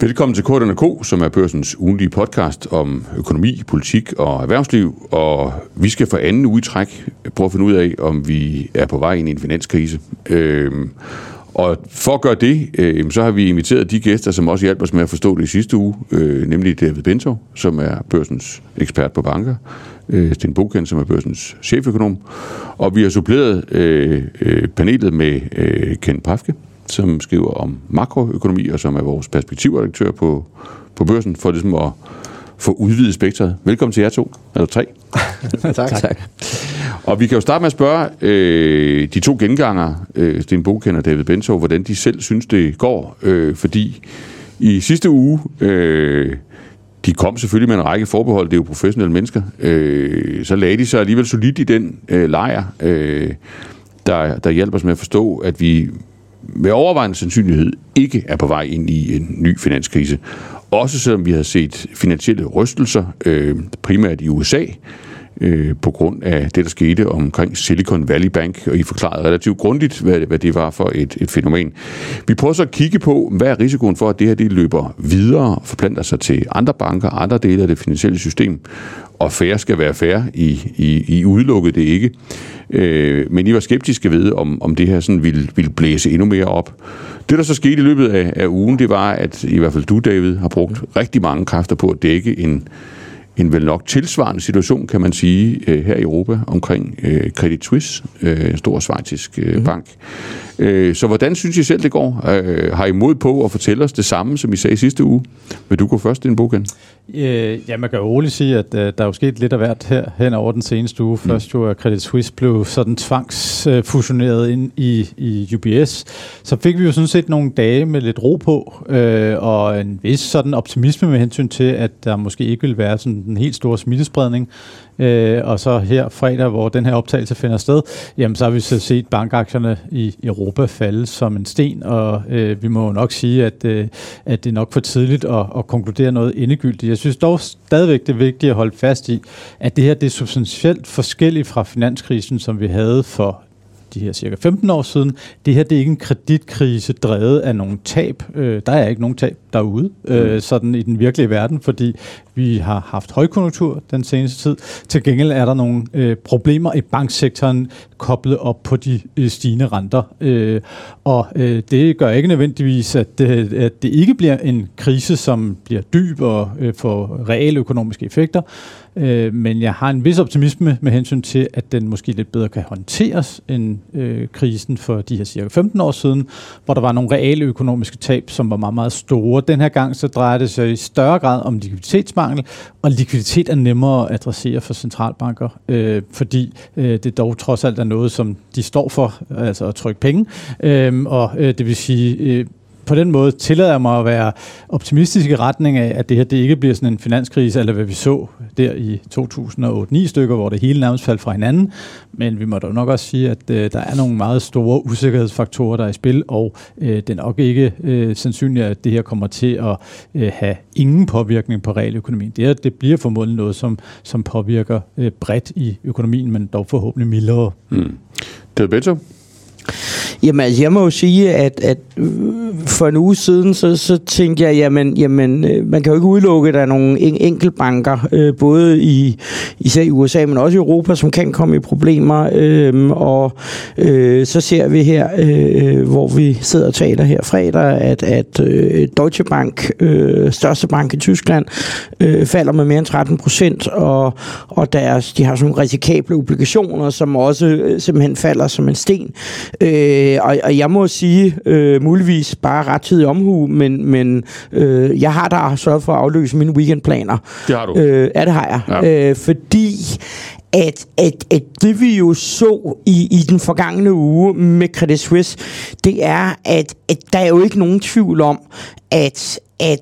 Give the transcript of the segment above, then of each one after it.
Velkommen til K, som er børsens ugentlige podcast om økonomi, politik og erhvervsliv. Og vi skal for anden uge i træk prøve at finde ud af, om vi er på vej ind i en finanskrise. Og for at gøre det, så har vi inviteret de gæster, som også hjalp os med at forstå det i sidste uge, nemlig David Bentov, som er børsens ekspert på banker, Sten Boken, som er børsens cheføkonom, og vi har suppleret panelet med Ken Pafke, som skriver om makroøkonomi, og som er vores perspektivredaktør på børsen, for ligesom at få udvidet spektret. Velkommen til jer to, eller tre. Tak. Og vi kan jo starte med at spørge de to gengangere, Sten Boken og David Bentov, hvordan de selv synes, det går. Fordi i sidste uge, de kom selvfølgelig med en række forbehold, det er jo professionelle mennesker, så lagde de sig alligevel solidt i den lejr, der hjælper os med at forstå, at vi med overvejende sandsynlighed ikke er på vej ind i en ny finanskrise. Også selvom vi har set finansielle rystelser, primært i USA, på grund af det, der skete omkring Silicon Valley Bank, og I forklarede relativt grundigt, hvad det var for et fænomen. Vi prøver så at kigge på, hvad er risikoen for, at det her det løber videre og forplanter sig til andre banker, andre dele af det finansielle system, og fair skal være fair. I udelukkede det ikke. Men I var skeptiske ved, om det her sådan ville blæse endnu mere op. Det, der så skete i løbet af ugen, det var, at i hvert fald du, David, har brugt rigtig mange kræfter på at dække en vel nok tilsvarende situation, kan man sige, her i Europa omkring Credit Suisse, en stor schweizisk bank. Så hvordan synes I selv, det går? Har I mod på at fortælle os det samme, som I sagde sidste uge? Vil du gå først, Sten Boken? Ja, man kan jo roligt sige, at der er jo sket lidt af hvert her hen over den seneste uge. Først jo, at Credit Suisse blev sådan tvangsfusioneret ind i UBS. Så fik vi jo sådan set nogle dage med lidt ro på, og en vis sådan optimisme med hensyn til, at der måske ikke vil være sådan en helt stor smittespredning. Og så her fredag, hvor den her optagelse finder sted, jamen så har vi så set bankaktierne i Europa falde som en sten, og vi må jo nok sige, at det er nok for tidligt at konkludere noget endegyldigt. Jeg synes dog stadigvæk, det er vigtigt at holde fast i, at det her det er substantielt forskelligt fra finanskrisen, som vi havde for de her cirka 15 år siden. Det her det er ikke en kreditkrise drevet af nogle tab. Der er ikke nogen tab derude, sådan i den virkelige verden, fordi vi har haft højkonjunktur den seneste tid. Til gengæld er der nogle problemer i banksektoren koblet op på de stigende renter. Og det gør ikke nødvendigvis, at det ikke bliver en krise, som bliver dyb og får reelle økonomiske effekter. Men jeg har en vis optimisme med hensyn til, at den måske lidt bedre kan håndteres end krisen for de her cirka 15 år siden, hvor der var nogle reelle økonomiske tab, som var meget, meget store. Den her gang så drejer det sig i større grad om likviditetsmangel, og likviditet er nemmere at adressere for centralbanker, fordi det dog trods alt er noget, som de står for, altså at trykke penge, og det vil sige på den måde tillader jeg mig at være optimistisk i retning af, at det her det ikke bliver sådan en finanskrise, eller hvad vi så der i 2008-9 stykker, hvor det hele nærmest faldt fra hinanden. Men vi må da nok også sige, at der er nogle meget store usikkerhedsfaktorer, der er i spil, og det er nok ikke sandsynligt, at det her kommer til at have ingen påvirkning på realøkonomien. Det bliver formodentlig noget, som påvirker bredt i økonomien, men dog forhåbentlig mildere. Det er bedre. Jamen, altså, jeg må jo sige, at for en uge siden, så tænkte jeg, jamen, man kan jo ikke udelukke, at der er nogle enkeltbanker, både især i USA, men også i Europa, som kan komme i problemer. Og så ser vi her, hvor vi sidder og taler her fredag, at Deutsche Bank, største bank i Tyskland, falder med mere end 13%, og de har sådan nogle risikable obligationer, som også simpelthen falder som en sten. Og jeg må sige, muligvis bare rettidig omhu, men jeg har da sørget for at afløse mine weekendplaner. Det har du. Ja, det har jeg. Ja. Fordi at det vi jo så i den forgangne uge med Credit Suisse, det er, at der er jo ikke nogen tvivl om, at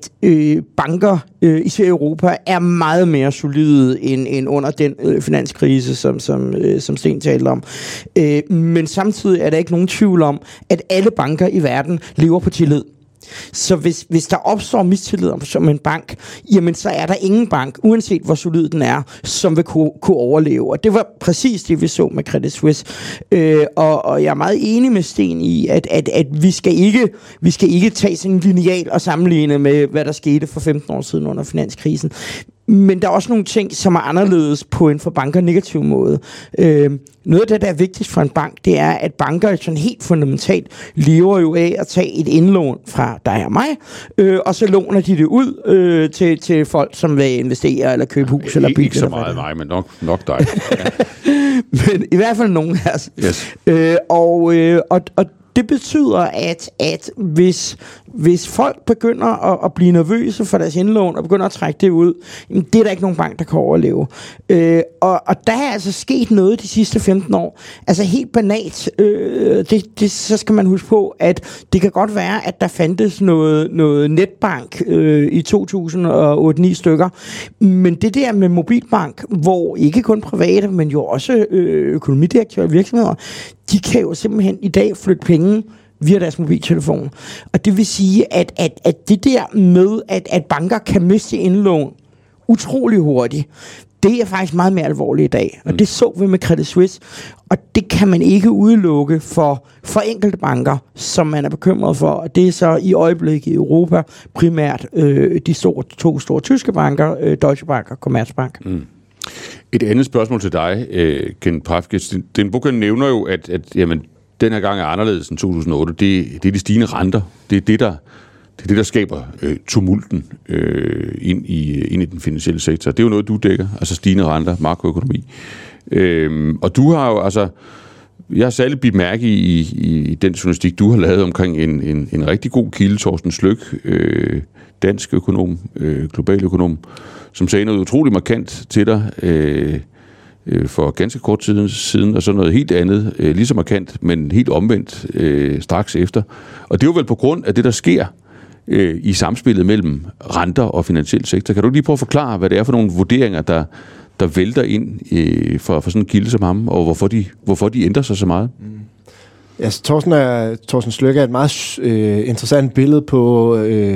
banker især i Europa er meget mere solide end under den finanskrise, som Sten talte om. Men samtidig er der ikke nogen tvivl om, at alle banker i verden lever på tillid. Så hvis der opstår mistillid som en bank, jamen så er der ingen bank, uanset hvor solid den er, som vil kunne overleve. Og det var præcis det, vi så med Credit Suisse. Og jeg er meget enig med Sten i, at vi skal ikke tage sådan en lineal og sammenligne med, hvad der skete for 15 år siden under finanskrisen. Men der er også nogle ting, som er anderledes på en for banker negativ måde. Noget af det, der er vigtigt for en bank, det er, at banker sådan helt fundamentalt lever jo af at tage et indlån fra dig og mig, og så låner de det ud til folk, som vil investere eller købe hus eller bil. Ikke så meget mig, men nok dig. Ja. Men i hvert fald nogen af os. Yes. Og det betyder, at hvis folk begynder at blive nervøse for deres indlån og begynder at trække det ud, det er der ikke nogen bank, der kan overleve. Og der er altså sket noget de sidste 15 år. Altså helt banalt. Så skal man huske på, at det kan godt være, at der fandtes noget netbank i 2008-9 stykker. Men det der med mobilbank, hvor ikke kun private, men jo også økonomidirektører og virksomheder, de kan jo simpelthen i dag flytte penge via deres mobiltelefon. Og det vil sige, at det der med, at banker kan miste indlån utrolig hurtigt, det er faktisk meget mere alvorligt i dag. Og det så vi med Credit Suisse. Og det kan man ikke udelukke for enkelte banker, som man er bekymret for. Og det er så i øjeblikket i Europa primært de to store tyske banker, Deutsche Bank og Commerzbank. Mm. Et andet spørgsmål til dig, Ken Præfkes. Den bog nævner jo, at jamen, den her gang er anderledes end 2008. Det er de stigende renter. Det er det, der skaber tumulten ind i den finansielle sektor. Det er jo noget, du dækker, altså stigende renter, makroøkonomi. Og du har jo, altså, jeg har særligt bidt mærke i den journalistik, du har lavet omkring en rigtig god kilde, Thorsten Sløk, dansk økonom, global økonom, som sagde noget utroligt markant til dig for ganske kort tid siden, og så noget helt andet, lige så markant, men helt omvendt straks efter. Og det er jo vel på grund af det, der sker i samspillet mellem renter og finansiel sektor. Kan du lige prøve at forklare, hvad det er for nogle vurderinger, der vælter ind for sådan en kilde som ham, og hvorfor de ændrer sig så meget? Ja, Thorsten Sløk er et meget interessant billede på,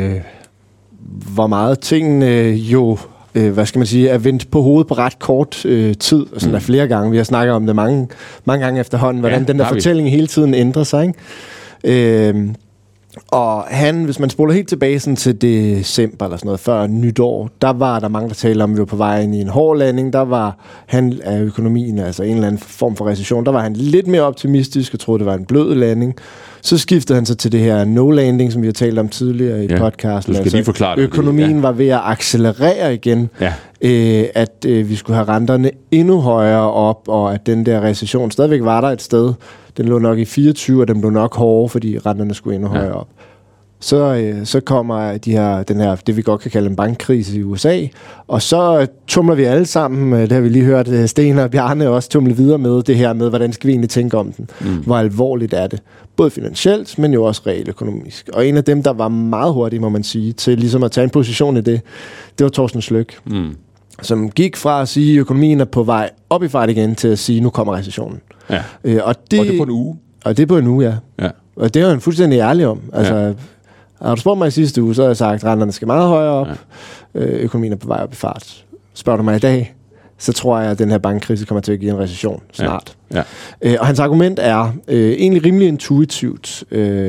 hvor meget tingene jo er vendt på hovedet på ret kort tid, og sådan der flere gange. Vi har snakket om det mange gange efterhånden, hvordan den der fortælling hele tiden ændrer sig, ikke? Og han, hvis man spoler helt tilbage sådan til december eller sådan noget, før nytår, der var der mange, der talte om, at vi var på vej ind i en hård landing. Der var han af økonomien, altså en eller anden form for recession, der var han lidt mere optimistisk og troede, det var en blød landing. Så skiftede han så til det her no-landing, som vi har talt om tidligere i podcasten. Du skal lige forklare det. Økonomien var ved at accelerere igen. Ja. At vi skulle have renterne endnu højere op, og at den der recession stadigvæk var der et sted. Den lå nok i 24, og den blev nok hårdere, fordi renterne skulle endnu højere op. Så kommer det vi godt kan kalde en bankkrise i USA, og så tumler vi alle sammen, det har vi lige hørt Sten og Bjarne også tumle videre med, det her med, hvordan skal vi egentlig tænke om den? Hvor alvorligt er det? Både finansielt, men jo også realøkonomisk. Og en af dem, der var meget hurtig, må man sige, til ligesom at tage en position i det var Thorsten Sløk, som gik fra at sige, at økonomien er på vej op i fart igen, til at sige, at nu kommer recessionen. Ja. Og det er på en uge? Og det er på en uge, ja. Og det er jo en fuldstændig ærlig om. Altså, har du spurgt mig i sidste uge, så har jeg sagt, at renterne skal meget højere op. Ja. Økonomien er på vej op i fart. Spørger du mig i dag, så tror jeg, at den her bankkrise kommer til at give en recession snart. Ja. Ja. Og hans argument er egentlig rimelig intuitivt,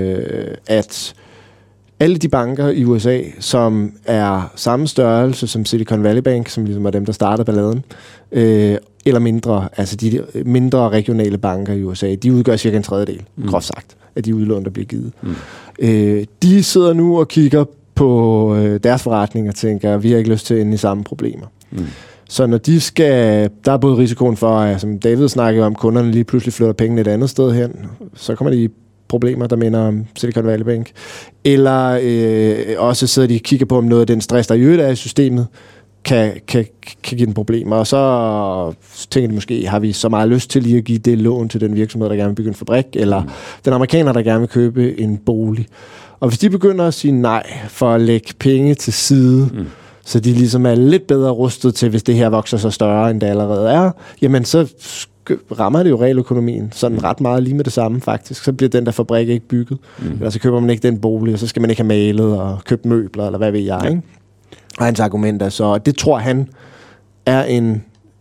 at alle de banker i USA, som er samme størrelse som Silicon Valley Bank, som ligesom er dem, der startede balladen, eller mindre, altså de mindre regionale banker i USA, de udgør cirka en tredjedel, groft sagt, af de udlån, der bliver givet. De sidder nu og kigger på deres forretning og tænker, vi har ikke lyst til at ende i samme problemer. Så når de skal, der er både risikoen for, at, som David snakkede om, kunderne lige pludselig flytter pengene et andet sted hen, så kommer de i problemer, der minder om Silicon Valley Bank. Eller også sidder de og kigger på, om noget af den stress, der i øvrigt er i systemet, kan give dem problemer. Og så tænker de måske, har vi så meget lyst til lige at give det lån til den virksomhed, der gerne vil bygge en fabrik, eller den amerikaner, der gerne vil købe en bolig. Og hvis de begynder at sige nej for at lægge penge til side, så de ligesom er lidt bedre rustet til, hvis det her vokser så større, end det allerede er, jamen så rammer det jo realøkonomien sådan ret meget lige med det samme faktisk. Så bliver den der fabrik ikke bygget, eller så køber man ikke den bolig, og så skal man ikke have malet og købt møbler, eller hvad ved jeg, ikke? Og hans argument er så, det tror han er en...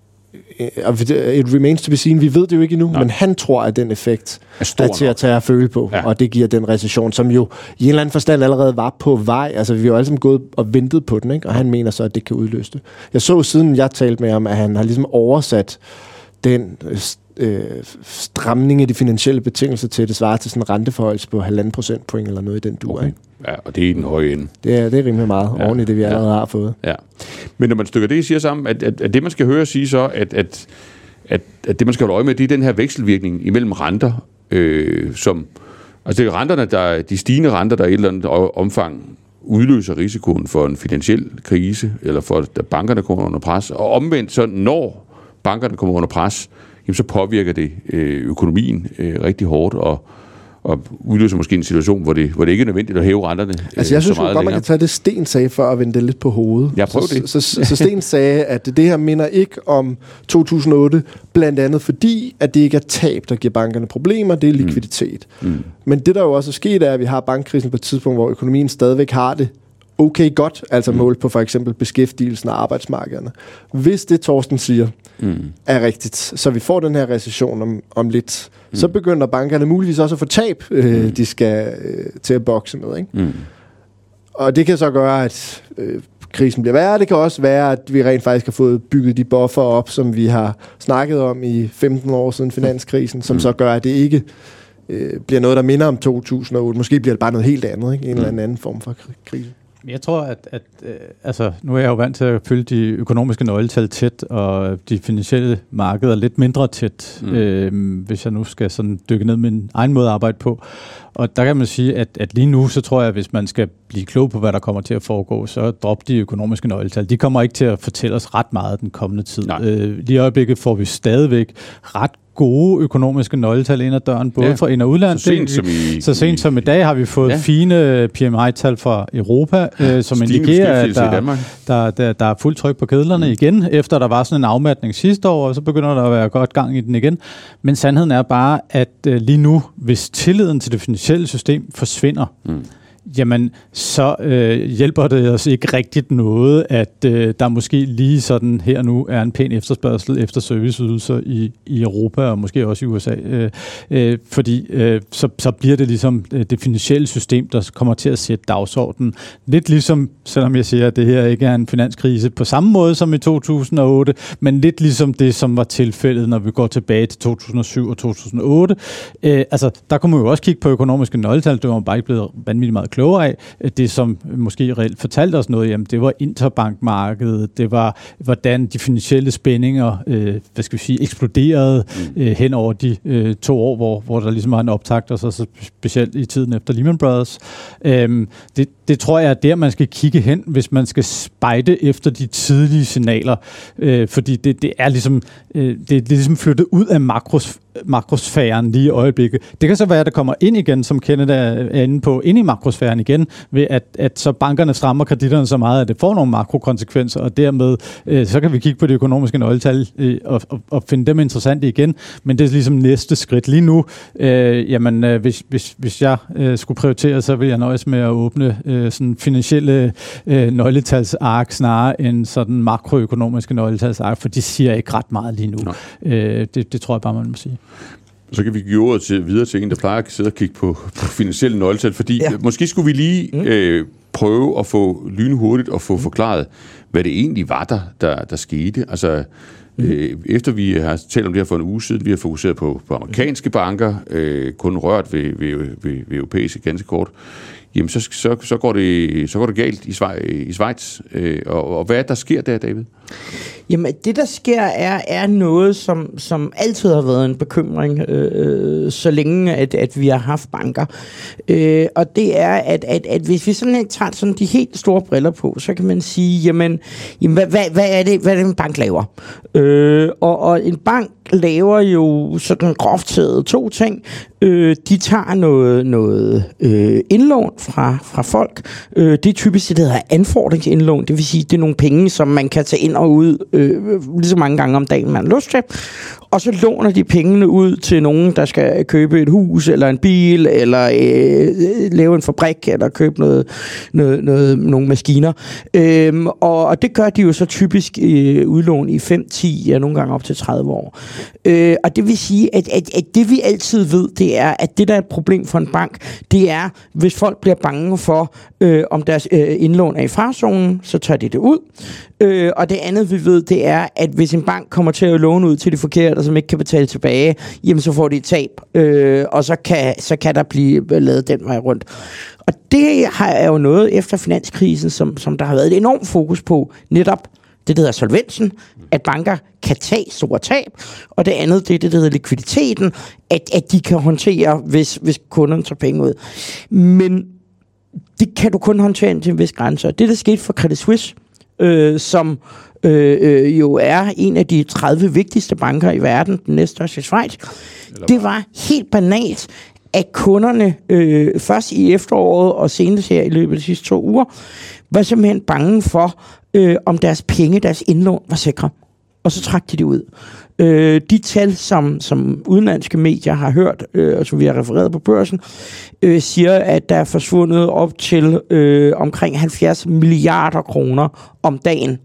It remains to be seen. Vi ved det jo ikke endnu, men han tror, at den effekt er til at tage at føle på, og det giver den recession, som jo i en eller anden forstand allerede var på vej. Altså, vi har jo alle sammen gået og ventet på den, ikke? Og han mener så, at det kan udløse det. Jeg så siden jeg talte med ham, at han har ligesom oversat den stramning af de finansielle betingelser til, det svarer til sådan en renteforhøjelse på 1,5 procentpoint eller noget i den dur, ikke? Ja, og det er i den høje ende. Det er rimelig meget oven i det, vi allerede har fået. Ja. Men når man stykker det, siger sammen, at det, man skal høre sige så, at det, man skal holde øje med, det er den her vekselvirkning imellem renter, som... Altså det er renterne, de stigende renter, der i et eller andet omfang udløser risikoen for en finansiel krise, eller for at bankerne kommer under pres. Og omvendt, så når bankerne kommer under pres, jamen, så påvirker det økonomien rigtig hårdt, og udløser måske en situation, hvor det ikke er nødvendigt at hæve renterne. Altså jeg synes jo godt, man kan tage det, Sten sagde, for at vende det lidt på hovedet. Jeg prøver det. Så Sten sagde, at det her minder ikke om 2008, blandt andet fordi, at det ikke er tab, der giver bankerne problemer, det er likviditet. Men det, der jo også er sket, er, at vi har bankkrisen på et tidspunkt, hvor økonomien stadigvæk har det okay godt, altså målt på for eksempel beskæftigelsen og arbejdsmarkederne. Hvis det, Torsten siger, er rigtigt, så vi får den her recession om lidt, så begynder bankerne muligvis også at få tab, de skal til at bokse med, ikke? Og det kan så gøre, at krisen bliver værre. Det kan også være, at vi rent faktisk har fået bygget de buffer op, som vi har snakket om i 15 år siden finanskrisen, som så gør, at det ikke bliver noget, der minder om 2008. Måske bliver det bare noget helt andet, ikke? En eller anden form for krise. Jeg tror, altså, nu er jeg jo vant til at følge de økonomiske nøgletal tæt, og de finansielle markeder lidt mindre tæt, hvis jeg nu skal sådan dykke ned med min egen måde at arbejde på. Og der kan man sige, at lige nu, så tror jeg, at hvis man skal blive klog på, hvad der kommer til at foregå, så drop de økonomiske nøgletal. De kommer ikke til at fortælle os ret meget den kommende tid. Lige i øjeblikket får vi stadigvæk ret gode økonomiske nøgletal ind ad døren, både fra ind- og udland. Så sent som i dag har vi fået fine PMI-tal fra Europa, som indikerer, at der er fuldt tryk på kedlerne igen, efter der var sådan en afmatning sidste år, og så begynder der at være godt gang i den igen. Men sandheden er bare, at lige nu, hvis tilliden til det finansielle system forsvinder, jamen, så hjælper det os ikke rigtigt noget, at der måske lige sådan her nu er en pæn efterspørgsel efter serviceydelser i Europa, og måske også i USA. Fordi så bliver det ligesom det finansielle system, der kommer til at sætte dagsordenen. Lidt ligesom, selvom jeg siger, at det her ikke er en finanskrise på samme måde som i 2008, men lidt ligesom det, som var tilfældet, når vi går tilbage til 2007 og 2008. Altså, der kunne man jo også kigge på økonomiske nøgletal, det var bare ikke blevet vanvittigt meget klogere af. Det, som måske reelt fortalte os noget, jamen, det var interbankmarkedet, det var, hvordan de finansielle spændinger, eksploderede hen over de 2 år, hvor der ligesom var en optakt, og så specielt i tiden efter Lehman Brothers. Det tror jeg er der, man skal kigge hen, hvis man skal spejde efter de tidlige signaler, fordi det er ligesom flyttet ud af makrosfæren lige i øjeblikket. Det kan så være, at det kommer ind igen, som Kenneth er inde på, ind i makrosfæren igen, ved at så bankerne strammer kreditterne så meget, at det får nogle makrokonsekvenser, og dermed så kan vi kigge på de økonomiske nøgletal og finde dem interessante igen, men det er ligesom næste skridt. Lige nu, hvis jeg skulle prioritere, så vil jeg nøjes med at åbne sådan finansielle nøgletalsark snarere end sådan makroøkonomiske nøgletalsark, for de siger ikke ret meget lige nu. Det tror jeg bare, man må sige. Så kan vi give ordet videre til en, der plejer at sidde og kigge på finansielle nøgletal, fordi måske skulle vi lige prøve at få lynhurtigt og få forklaret, hvad det egentlig var, der skete. Altså, efter vi har talt om det her for en uge siden, vi har fokuseret på amerikanske banker, kun rørt ved europæiske ganske kort, jamen så går det galt i Schweiz. Og hvad er der sker der, David? Jamen, det der sker er noget, som altid har været en bekymring, så længe at vi har haft banker. Og det er, at hvis vi sådan tager sådan de helt store briller på, så kan man sige, jamen hvad er det, en bank laver? Og en bank laver jo sådan groft taget 2 ting. De tager noget indlån fra folk. Det er typisk det, der hedder anfordringsindlån. Det vil sige, det er nogle penge, som man kan tage ind og ud lige så mange gange om dagen, man har lyst til. Og så låner de pengene ud til nogen, der skal købe et hus, eller en bil, eller lave en fabrik, eller købe nogle maskiner. Og det gør de jo så typisk udlån i 5, 10, ja, nogle gange op til 30 år. Og det vil sige, at det vi altid ved, det er, at det der er et problem for en bank, det er, hvis folk bliver bange for, om deres indlån er i farezonen, så tager de det ud. Og det andet vi ved, det er, at hvis en bank kommer til at låne ud til de forkerte, som ikke kan betale tilbage, jamen så får de et tab, og så kan der blive lavet den vej rundt. Og det er jo noget efter finanskrisen, som der har været et enormt fokus på, netop det, der hedder solvensen, at banker kan tage store tab, og det andet, det der hedder likviditeten, at de kan håndtere, hvis kunderne tager penge ud. Men det kan du kun håndtere til en vis grænse. Det, der skete for Credit Suisse, som jo er en af de 30 vigtigste banker i verden, den næststørste i Schweiz, det var helt banalt, at kunderne først i efteråret og senest her i løbet af de sidste 2 uger, var simpelthen bange for, om deres penge, deres indlån var sikre. Og så trak de det ud. De tal, som udenlandske medier har hørt, og som vi har refereret på børsen, siger, at der er forsvundet op til omkring 70 milliarder kroner om dagen.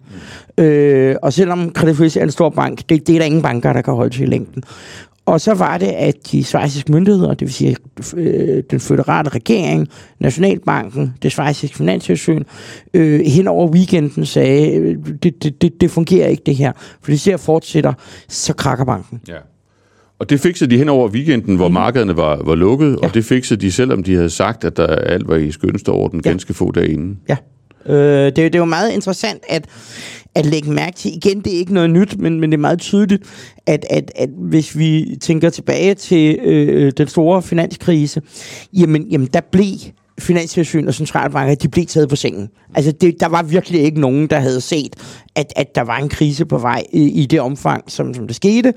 Og selvom Credit Suisse er en stor bank, det er der ingen banker, der kan holde til i længden. Og så var det, at de schweiziske myndigheder, det vil sige den føderale regering, Nationalbanken, det schweiziske finanstilsyn, hen over weekenden sagde, det fungerer ikke det her. For det ser fortsætter, så krakker banken. Ja. Og det fikset de hen over weekenden, hvor markederne var lukket, og det fikset de, selvom de havde sagt, at alt var i skønneste orden ganske få dage inden. Ja. Det er jo meget interessant at lægge mærke til. Igen, det er ikke noget nyt, men det er meget tydeligt, at hvis vi tænker tilbage til den store finanskrise, jamen der blev finanstilsyn og centralbanker, de blev taget på sengen. Altså, der var virkelig ikke nogen, der havde set, at der var en krise på vej i det omfang, som det skete.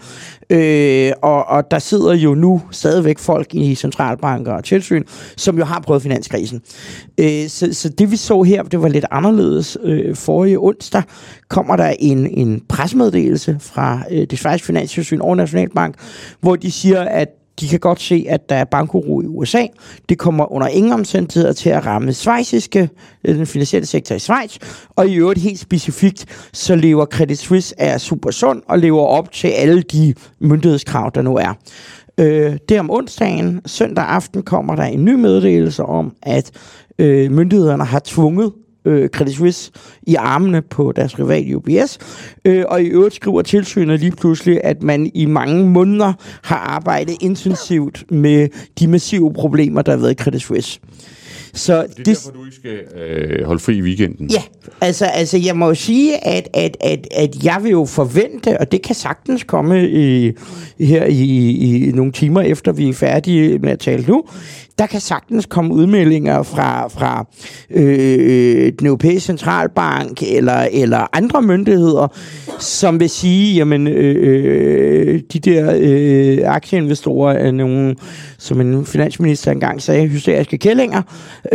Og der sidder jo nu stadigvæk folk i centralbanker og tilsyn, som jo har prøvet finanskrisen. Så det vi så her, det var lidt anderledes. Forrige onsdag kommer der en pressemeddelelse fra det schweiziske finanstilsyn og Nationalbank, hvor de siger, at de kan godt se, at der er bankuro i USA. Det kommer under ingen omstændigheder til at ramme den finansielle sektor i Schweiz. Og i øvrigt helt specifikt, så lever Credit Suisse er super sund og lever op til alle de myndighedskrav, der nu er. Det om onsdagen, søndag aften, kommer der en ny meddelelse om, at myndighederne har tvunget Credit Suisse i armene på deres rival UBS, og i øvrigt skriver tilsynet lige pludselig, at man i mange måneder har arbejdet intensivt med de massive problemer, der har været i Credit Suisse. Så det er derfor, du ikke skal holde fri i weekenden? Ja, altså jeg må jo sige, at jeg vil jo forvente, og det kan sagtens komme her i nogle timer efter vi er færdige med at tale nu, der kan sagtens komme udmeldinger fra den europæiske centralbank eller andre myndigheder, som vil sige, jamen de der aktieinvestorer er nogle, som en finansminister engang sagde, hysteriske kællinger,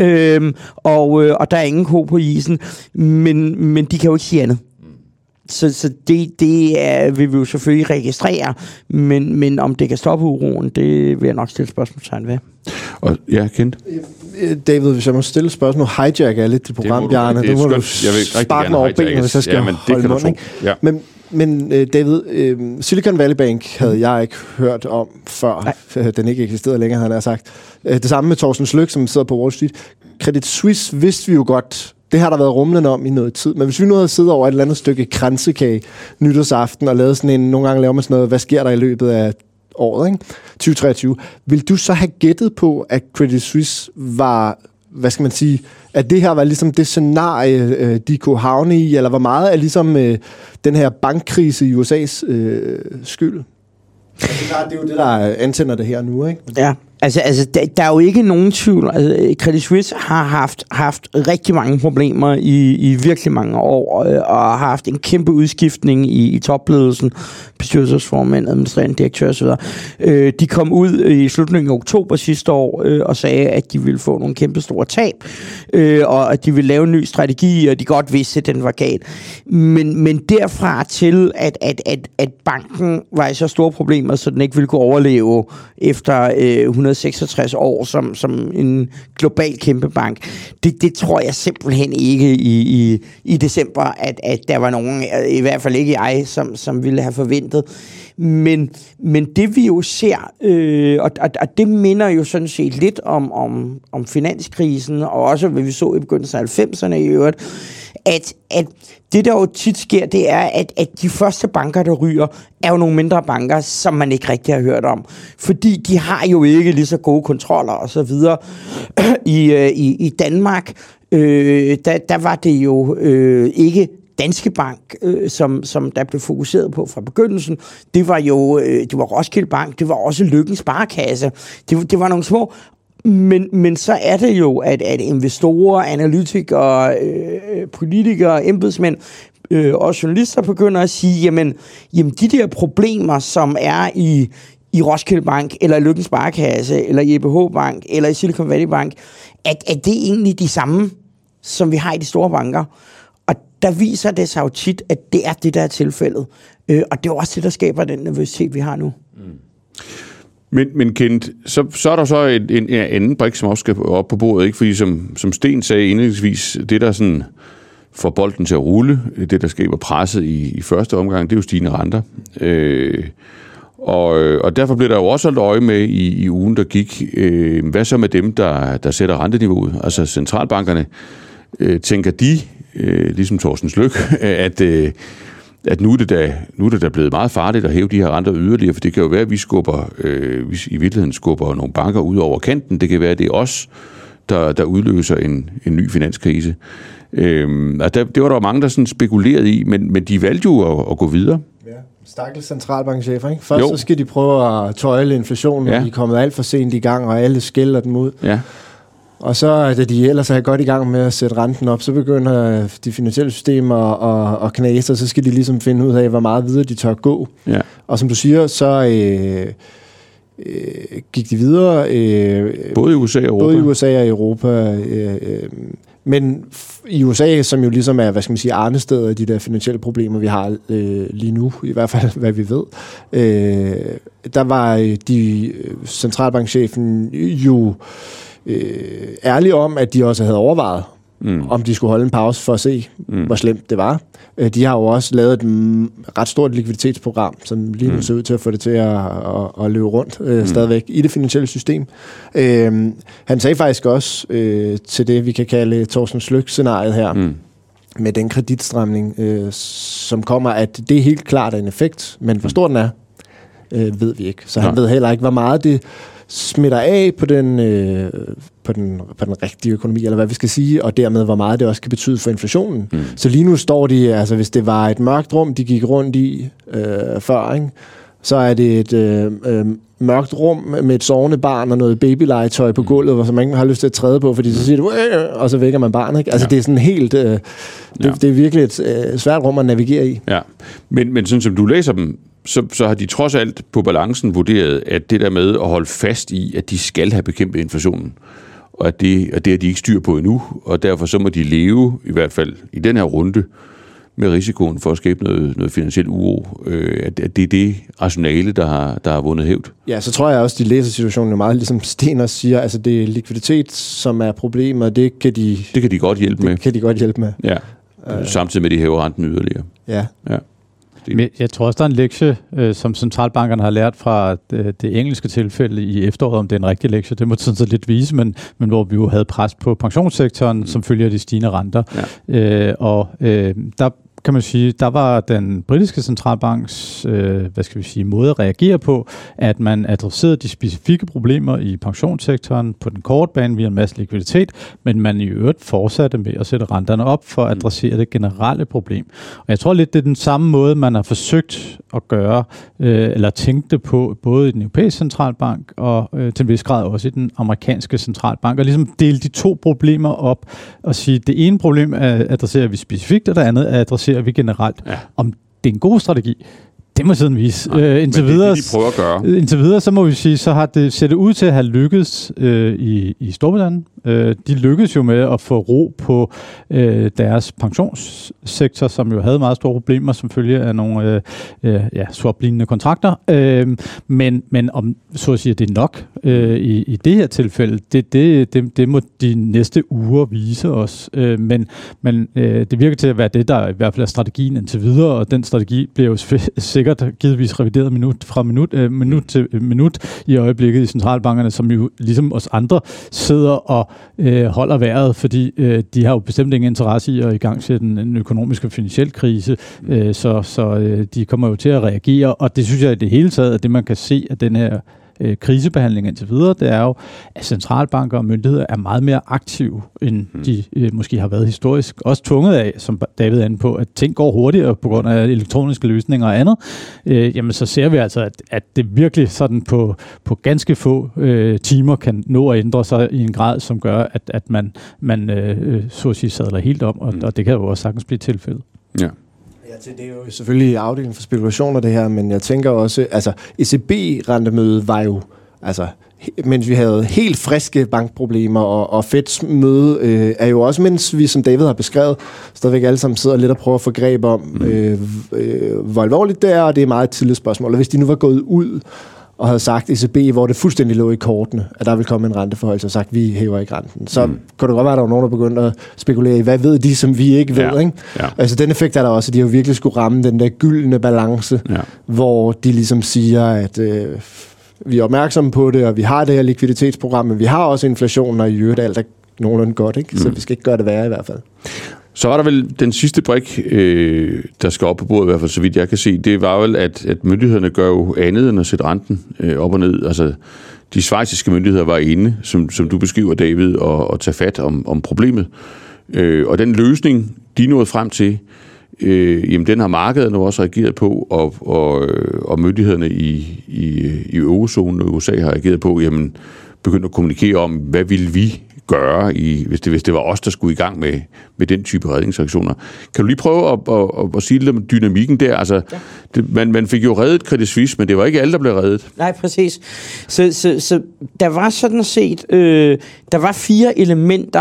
og der er ingen ko på isen, men de kan jo ikke sige andet. Så det vil vi jo selvfølgelig registrere, men om det kan stoppe uroen, det vil jeg nok stille spørgsmålstegn ved. Og ja, Kent? David, hvis jeg må stille spørgsmål, hijack er lidt det program, Bjarne. Det må du sparke mig over benene, hvis jeg skal holde munden. Ja. Men David, Silicon Valley Bank havde jeg ikke hørt om før. Nej. Den ikke eksisterede længere, han har sagt. Det samme med Thorsten Sløk, som sidder på Wall Street. Credit Suisse vidste vi jo godt. Det har der været rumlende om i noget tid. Men hvis vi nu havde siddet over et eller andet stykke kransekage nytårsaften og lavet sådan en, nogle gange laver man sådan noget, hvad sker der i løbet af året, ikke? 2023. Vil du så have gættet på, at Credit Suisse var, hvad skal man sige, at det her var ligesom det scenarie, de kunne havne i, eller hvor meget er ligesom den her bankkrise i USA's skyld? Altså, det er jo det, der antænder det her nu, ikke? Ja. Der er jo ikke nogen tvivl. Credit Suisse har haft rigtig mange problemer i virkelig mange år, og har haft en kæmpe udskiftning i topledelsen, bestyrelsesformand, administrerende direktør osv. De kom ud i slutningen af oktober sidste år og sagde, at de ville få nogle kæmpe store tab, og at de ville lave en ny strategi, og de godt vidste, at den var galt. Men derfra til, at banken var i så store problemer, så den ikke ville kunne overleve efter 166 år som en global kæmpe bank. Det tror jeg simpelthen ikke i december, at der var nogen, i hvert fald ikke jeg, som ville have forventet. Men det vi jo ser, og det minder jo sådan set lidt om finanskrisen, og også hvad vi så i begyndelsen af 90'erne i øvrigt, at det der jo tit sker, det er, at de første banker, der ryger, er jo nogle mindre banker, som man ikke rigtig har hørt om. Fordi de har jo ikke lige så gode kontroller og så videre. I Danmark, der var det jo ikke Danske Bank, som der blev fokuseret på fra begyndelsen. Det var Roskilde Bank, det var også Lykkens Sparekasse. Det var nogle små. Men så er det jo, at investorer, analytikere, politikere, embedsmænd og journalister begynder at sige, jamen de der problemer, som er i Roskilde Bank, eller Lykkens Sparekasse, eller i EBH Bank, eller i Silicon Valley Bank, at det er egentlig de samme, som vi har i de store banker. Og der viser det sig jo tit, at det er det, der er tilfældet. Og det er også det, der skaber den nervøsitet, vi har nu. Men Kent, så er der så en anden brik, som også skal op på bordet, ikke? Fordi som Sten sagde indledningsvis, det der sådan får bolden til at rulle, det der skaber presset i første omgang, det er jo stigende renter. Og derfor blev der jo også holdt øje med i ugen, der gik, hvad så med dem, der sætter renteniveauet? Altså centralbankerne, tænker de, ligesom Thorsten Sløk, at nu er det da blevet meget farligt at hæve de her renter yderligere, for det kan jo være, at vi i virkeligheden skubber nogle banker ud over kanten. Det kan være, at det er os, der udløser en ny finanskrise. Det var der mange, der sådan spekulerede i, men de valgte jo at gå videre. Ja, stakkels centralbankchefer, ikke? Først så skal de prøve at tøjle inflationen, og de er kommet alt for sent i gang, og alle skælder dem ud. Ja. Og så, da de ellers er godt i gang med at sætte renten op, så begynder de finansielle systemer at knæse, og så skal de ligesom finde ud af, hvor meget videre de tør gå. Ja. Og som du siger, så gik de videre. Både i USA og Europa. Både i USA og Europa. Men i USA, som jo ligesom er, hvad skal man sige, arnestedet af de der finansielle problemer, vi har lige nu, i hvert fald hvad vi ved, der var de centralbankchefen jo ærlige om, at de også havde overvejet, om de skulle holde en pause for at se, hvor slemt det var. De har jo også lavet et ret stort likviditetsprogram, som lige nu ser ud til at få det til at løbe rundt stadigvæk i det finansielle system. Han sagde faktisk også til det, vi kan kalde Thorsten Sløk-scenariet her, med den kreditstramning, som kommer, at det er helt klart en effekt, men hvor stor den er, ved vi ikke. Så han ved heller ikke, hvor meget det smitter af på den rigtige økonomi, eller hvad vi skal sige, og dermed hvor meget det også kan betyde for inflationen. Så lige nu står de, altså hvis det var et mørkt rum, de gik rundt i før, ikke? Så er det et mørkt rum med et sovende barn og noget babylegetøj på gulvet, hvor man ikke har lyst til at træde på, fordi så siger du, og så vækker man barnet, ikke? Altså det er sådan helt, det er virkelig et svært rum at navigere i. Ja, men sådan som du læser dem, så har de trods alt på balancen vurderet, at det der med at holde fast i, at de skal have bekæmpet inflationen, og det har de ikke styr på endnu, og derfor så må de leve, i hvert fald i den her runde, med risikoen for at skabe noget finansiel uro, at det er det rationale, der har vundet hævd. Ja, så tror jeg også, de læser situationen jo meget, ligesom Sten også siger, altså det er likviditet, som er problemet, det kan de godt hjælpe med. Det kan de godt hjælpe med. Ja, samtidig med, de hæver renten yderligere. Ja. Men jeg tror også, der er en lektie, som centralbankerne har lært fra det engelske tilfælde i efteråret, om det er en rigtig lektie. Det må sådan så lidt vise, men hvor vi jo havde pres på pensionssektoren, som følger de stigende renter. Ja. Der kan man sige, der var den britiske centralbanks måde at reagere på, at man adresserede de specifikke problemer i pensionssektoren på den korte bane via en masse likviditet, men man i øvrigt fortsatte med at sætte renterne op for at adressere det generelle problem. Og jeg tror lidt, det er den samme måde, man har forsøgt at gøre, eller tænke det på, både i den europæiske centralbank og til en vis grad også i den amerikanske centralbank, og ligesom dele de to problemer op og sige, det ene problem adresserer vi specifikt, og det andet adresserer vi generelt. Ja. Om det er en god strategi, det må tiden vise. Indtil videre, det, de prøver at gøre. Indtil videre, så må vi sige, så har det set ud til at have lykkes i Storbritannien. De lykkedes jo med at få ro på deres pensionssektor, som jo havde meget store problemer som følge af nogle swap-lignende kontrakter. Men om så at sige, det er nok i det her tilfælde, det må de næste uger vise os. Men det virker til at være det, der i hvert fald er strategien indtil videre, og den strategi bliver jo sikkert givetvis revideret minut til minut i øjeblikket i centralbankerne, som jo ligesom os andre sidder og holder vejret, fordi de har jo bestemt ingen interesse i at igangsætte en økonomisk og finansiel krise, så de kommer jo til at reagere, og det synes jeg i det hele taget, at det man kan se af den her krisebehandling indtil videre, det er jo, at centralbanker og myndigheder er meget mere aktive, end de måske har været historisk. Også tvunget af, som David er inde på, at ting går hurtigere på grund af elektroniske løsninger og andet. Jamen så ser vi altså, at det virkelig sådan på ganske få timer kan nå at ændre sig i en grad, som gør, at man så at sige sadler helt om, og det kan jo også sagtens blive tilfældet. Ja. Ja, det er jo selvfølgelig afdelingen for spekulationer det her, men jeg tænker også, altså ECB-rentemødet var jo, altså mens vi havde helt friske bankproblemer, og Feds møde er jo også, mens vi, som David har beskrevet, stadigvæk alle sammen sidder lidt og prøver at få greb om, hvor alvorligt det er, og det er meget et tidligt spørgsmål. Og hvis de nu var gået ud og havde sagt ECB, hvor det fuldstændig lå i kortene, at der vil komme en renteforhøjelse, og sagt, vi hæver ikke renten. Så kan det godt være, at der var nogen, der begyndte at spekulere i, hvad ved de, som vi ikke ved, ikke? Ja. Altså den effekt er der også, at de jo virkelig skulle ramme den der gyldne balance, hvor de ligesom siger, at vi er opmærksomme på det, og vi har det her likviditetsprogram, men vi har også inflation, og i øvrigt alt er nogenlunde godt, ikke? Så vi skal ikke gøre det værre i hvert fald. Så var der vel den sidste brik, der skal op på bordet, i hvert fald så vidt jeg kan se, det var vel, at myndighederne gør jo andet end at sætte renten op og ned. Altså, de schweiziske myndigheder var inde, som du beskriver, David, og tage fat om problemet. Og den løsning, de nåede frem til, jamen den har markedet nu også reageret på, og myndighederne i eurozonen og USA har reageret på, jamen begyndt at kommunikere om, hvad vil vi gøre, hvis det var os, der skulle i gang med den type redningsaktioner. Kan du lige prøve at sige lidt om dynamikken der? Altså, man fik jo reddet Credit Suisse, men det var ikke alle, der blev reddet. Nej, præcis. Så der var sådan set, der var 4 elementer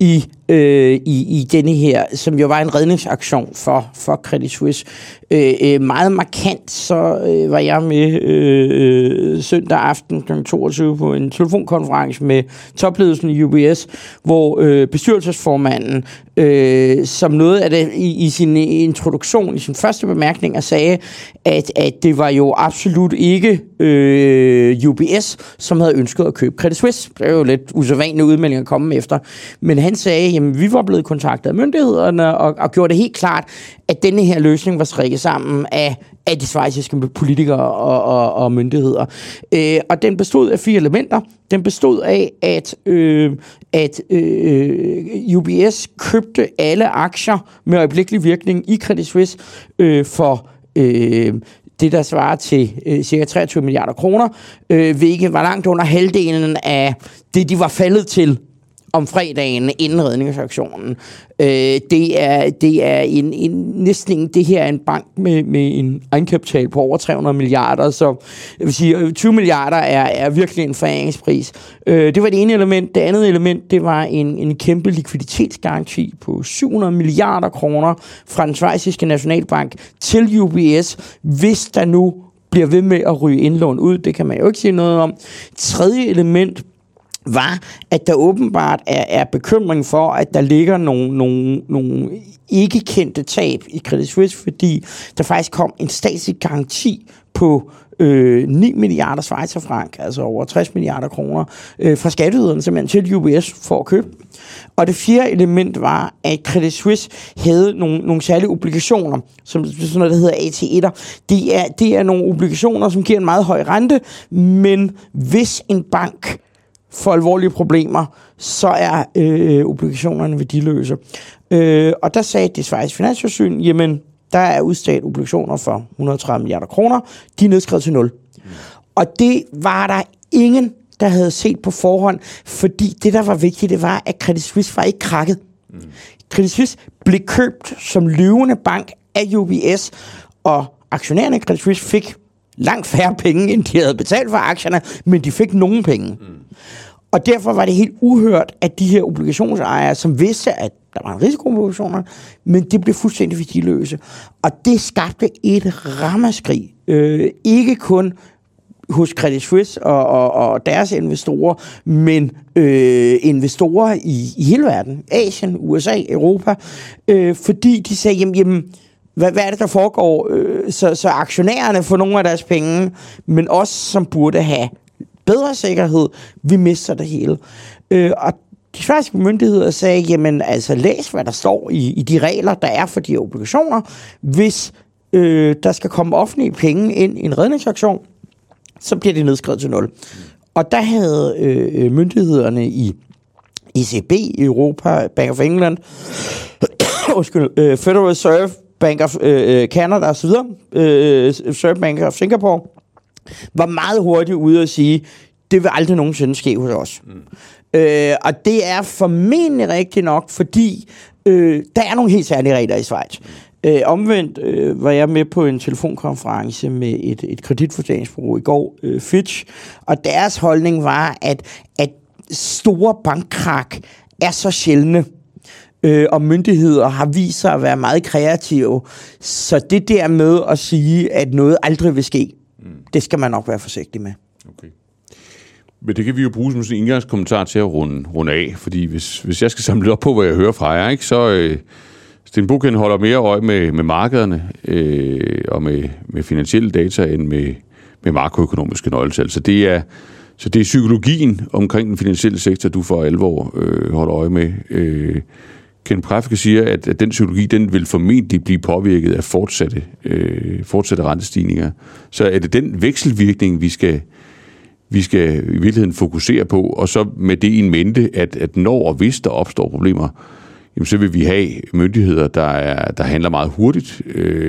i denne her, som jo var en redningsaktion for Credit Suisse. Meget markant, så var jeg med søndag aften kl. 22 på en telefonkonference med topledelsen i UBS, hvor bestyrelsesformanden, som noget af det i sin introduktion, i sin første bemærkninger, sagde, at det var jo absolut ikke UBS, som havde ønsket at købe Credit Suisse. Det er jo lidt usædvanlige udmeldinger at komme efter. Men han sagde, jamen vi var blevet kontaktet af myndighederne og gjorde det helt klart, at denne her løsning var strikket sammen af de schweiziske politikere og myndigheder. Og den bestod af 4 elementer. Den bestod af, at UBS købte alle aktier med øjeblikkelig virkning i Credit Suisse for det, der svarer til cirka 23 milliarder kroner, hvilket var langt under halvdelen af det, de var faldet til om fredagen inden redningsaktionen. Det er næsten det her er en bank med en egenkapital på over 300 milliarder, så jeg vil sige, 20 milliarder er virkelig en foræringspris. Det var det ene element. Det andet element, det var en kæmpe likviditetsgaranti på 700 milliarder kroner fra den schweiziske nationalbank til UBS, hvis der nu bliver ved med at ryge indlån ud. Det kan man jo ikke sige noget om. Tredje element var, at der åbenbart er bekymring for, at der ligger nogle ikke kendte tab i Credit Suisse, fordi der faktisk kom en statslig garanti på 9 milliarder schweizerfranc, altså over 60 milliarder kroner, fra skatteyderne simpelthen til UBS for at købe. Og det fjerde element var, at Credit Suisse havde nogle særlige obligationer, som sådan noget, der hedder AT1'er. Det er nogle obligationer, som giver en meget høj rente, men hvis en bank får alvorlige problemer, så er obligationerne værdiløse. Og der sagde det Schweiz Finanstilsyn, jamen, der er udstedt obligationer for 130 milliarder kroner, de er nedskrevet til 0. Og det var der ingen, der havde set på forhånd, fordi det, der var vigtigt, det var, at Credit Suisse var ikke krakket. Credit Suisse blev købt som løvende bank af UBS, og aktionærerne i Credit Suisse fik langt færre penge, end de havde betalt for aktierne, men de fik nogen penge. Og derfor var det helt uhørt, at de her obligationsejere, som vidste, at der var en risiko med obligationer, men det blev fuldstændig værdiløse. Og det skabte et ramaskrig. Ikke kun hos Credit Suisse og deres investorer, men investorer i hele verden. Asien, USA, Europa. Fordi de sagde, jamen hvad er det, der foregår? Så aktionærerne får nogle af deres penge, men os, som burde have bedre sikkerhed, vi mister det hele. Og de schweiziske myndigheder sagde, jamen altså læs, hvad der står i de regler, der er for de obligationer. Hvis der skal komme offentlige penge ind i en redningsaktion, så bliver det nedskrevet til 0. Og der havde myndighederne i ECB, Europa, Bank of England, Federal Reserve, Bank of Canada osv., Reserve Bank of Singapore, var meget hurtigt ude at sige, det vil aldrig nogensinde ske hos os. Og det er formentlig rigtigt nok, fordi der er nogle helt særlige regler i Schweiz. Omvendt var jeg med på en telefonkonference med et kreditvurderingsbureau i går, Fitch, og deres holdning var, at store bankkrak er så sjældne, og myndigheder har vist sig at være meget kreative. Så det der med at sige, at noget aldrig vil ske, det skal man nok være forsigtig med. Okay. Men det kan vi jo bruge som sådan en indgangskommentar til at runde af, fordi hvis jeg skal samle lidt op på, hvad jeg hører fra jer, ikke, så Sten Bogkjær holder mere øje med markederne og med finansielle data end med makroøkonomiske nøgletal. Så det er psykologien omkring den finansielle sektor, du for alvor holder øje med. Ken Præfke siger, at den psykologi, den vil formentlig blive påvirket af fortsatte rentestigninger. Så er det den vekselvirkning, vi skal i virkeligheden fokusere på, og så med det i mente, at når og hvis der opstår problemer, jamen, så vil vi have myndigheder, der handler meget hurtigt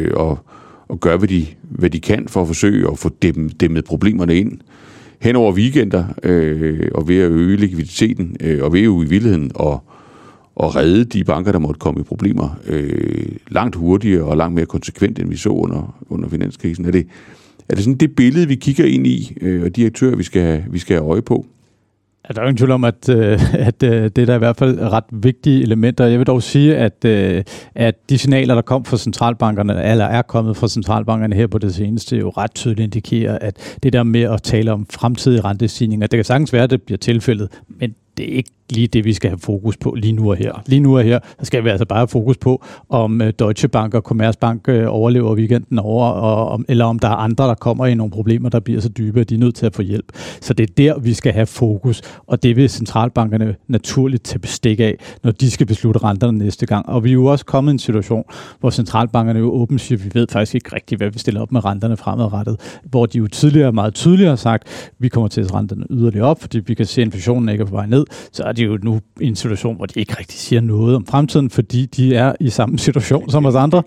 og gør, hvad de kan for at forsøge at få dæmmet problemerne ind hen over weekender og ved at øge likviditeten og ved jo i virkeligheden at redde de banker, der måtte komme i problemer langt hurtigere og langt mere konsekvent, end vi så under finanskrisen. Er det sådan det billede, vi kigger ind i, og de aktører, vi skal have øje på? Ja, der er jo ingen tvivl om, at det er der i hvert fald ret vigtige elementer. Jeg vil dog sige, at de signaler, der kom fra centralbankerne, eller er kommet fra centralbankerne her på det seneste, jo ret tydeligt indikerer, at det der med at tale om fremtidige rentestigninger, det kan sagtens være, at det bliver tilfældet, men det er ikke lige det, vi skal have fokus på lige nu og her. Lige nu og her, der skal vi altså bare have fokus på, om Deutsche Bank og Commerzbank overlever weekenden over, eller om der er andre, der kommer i nogle problemer, der bliver så dybe, at de er nødt til at få hjælp. Så det er der, vi skal have fokus, og det vil centralbankerne naturligt tage bestik af, når de skal beslutte renterne næste gang. Og vi er jo også kommet i en situation, hvor centralbankerne jo åbent siger, vi ved faktisk ikke rigtigt, hvad vi stiller op med renterne fremadrettet, hvor de jo meget tydeligere har sagt, vi kommer til at renterne yderligere op, fordi vi kan se, at inflationen ikke er på vej ned, så er de jo nu i en situation, hvor de ikke rigtig siger noget om fremtiden, fordi de er i samme situation som os andre.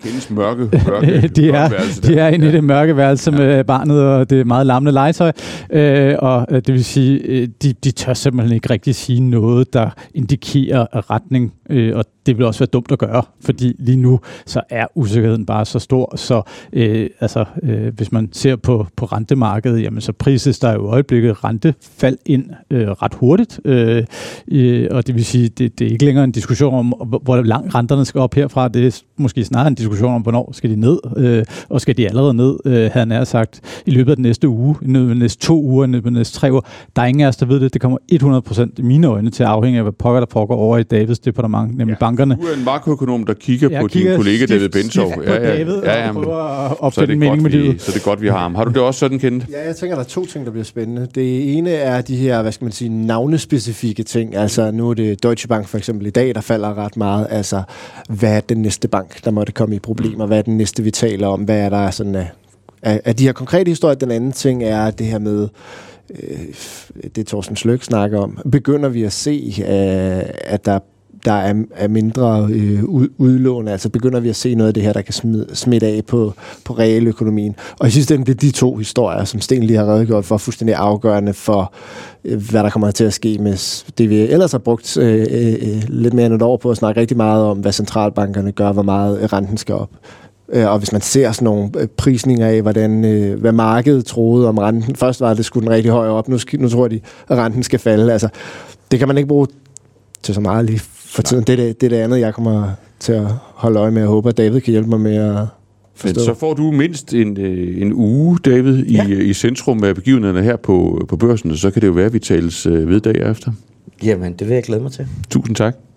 De er inde i det mørke værelse med barnet og det meget lammende legetøj, og det vil sige, de tør simpelthen ikke rigtig sige noget, der indikerer retning, og det vil også være dumt at gøre, fordi lige nu så er usikkerheden bare så stor, så hvis man ser på rentemarkedet, jamen så prises der jo i øjeblikket rentefald ind ret hurtigt, og det vil sige, det er ikke længere en diskussion om, hvor langt renterne skal op herfra, det er måske snarere en diskussion om, hvornår skal de ned, og skal de allerede ned, havde jeg nær sagt, i løbet af den næste uge, i løbet af de næste 2 uger, i løbet af de næste 3 uger. Der er ingen af os, der ved det. Det kommer 100% i mine øjne til at afhænge af, hvad pokker der foregår over i Davids departement incitament, nemlig bankerne. Du er en makroøkonom, der kigger på din kollega David Bentov. David og prøver at opsætte en mening med livet. Så det er godt, vi har ham. Har du det også sådan, Kent? Ja, jeg tænker, der er 2 ting, der bliver spændende. Det ene er de her, hvad skal man sige, navnespecifikke ting. Altså, nu er det Deutsche Bank for eksempel i dag, der falder ret meget. Altså, hvad er den næste bank, der måtte komme i problemer? Hvad er den næste, vi taler om? Hvad er der sådan af de her konkrete historier? Den anden ting er det her med, det Thorsten Sløk snakker om. Begynder vi at se, at der er mindre udlån, altså begynder vi at se noget af det her, der kan smitte af på realøkonomien. Og i sidste ende, det er de 2 historier, som Sten lige har redegjort for, fuldstændig afgørende for, hvad der kommer til at ske med det, vi ellers har brugt lidt mere end et år på at snakke rigtig meget om, hvad centralbankerne gør, hvor meget renten skal op. Og hvis man ser sådan nogle prisninger af, hvad markedet troede om renten. Først var det skulle den rigtig høj op, nu tror de, at renten skal falde. Altså, det kan man ikke bruge til så meget lige for tiden. Det er det andet, jeg kommer til at holde øje med. Jeg håber, at David kan hjælpe mig med at forstå. Men så får du mindst en uge, David, i centrum af begivenhederne her på børsen, og så kan det jo være, at vi tales ved dag efter. Jamen, det vil jeg glæde mig til. Tusind tak.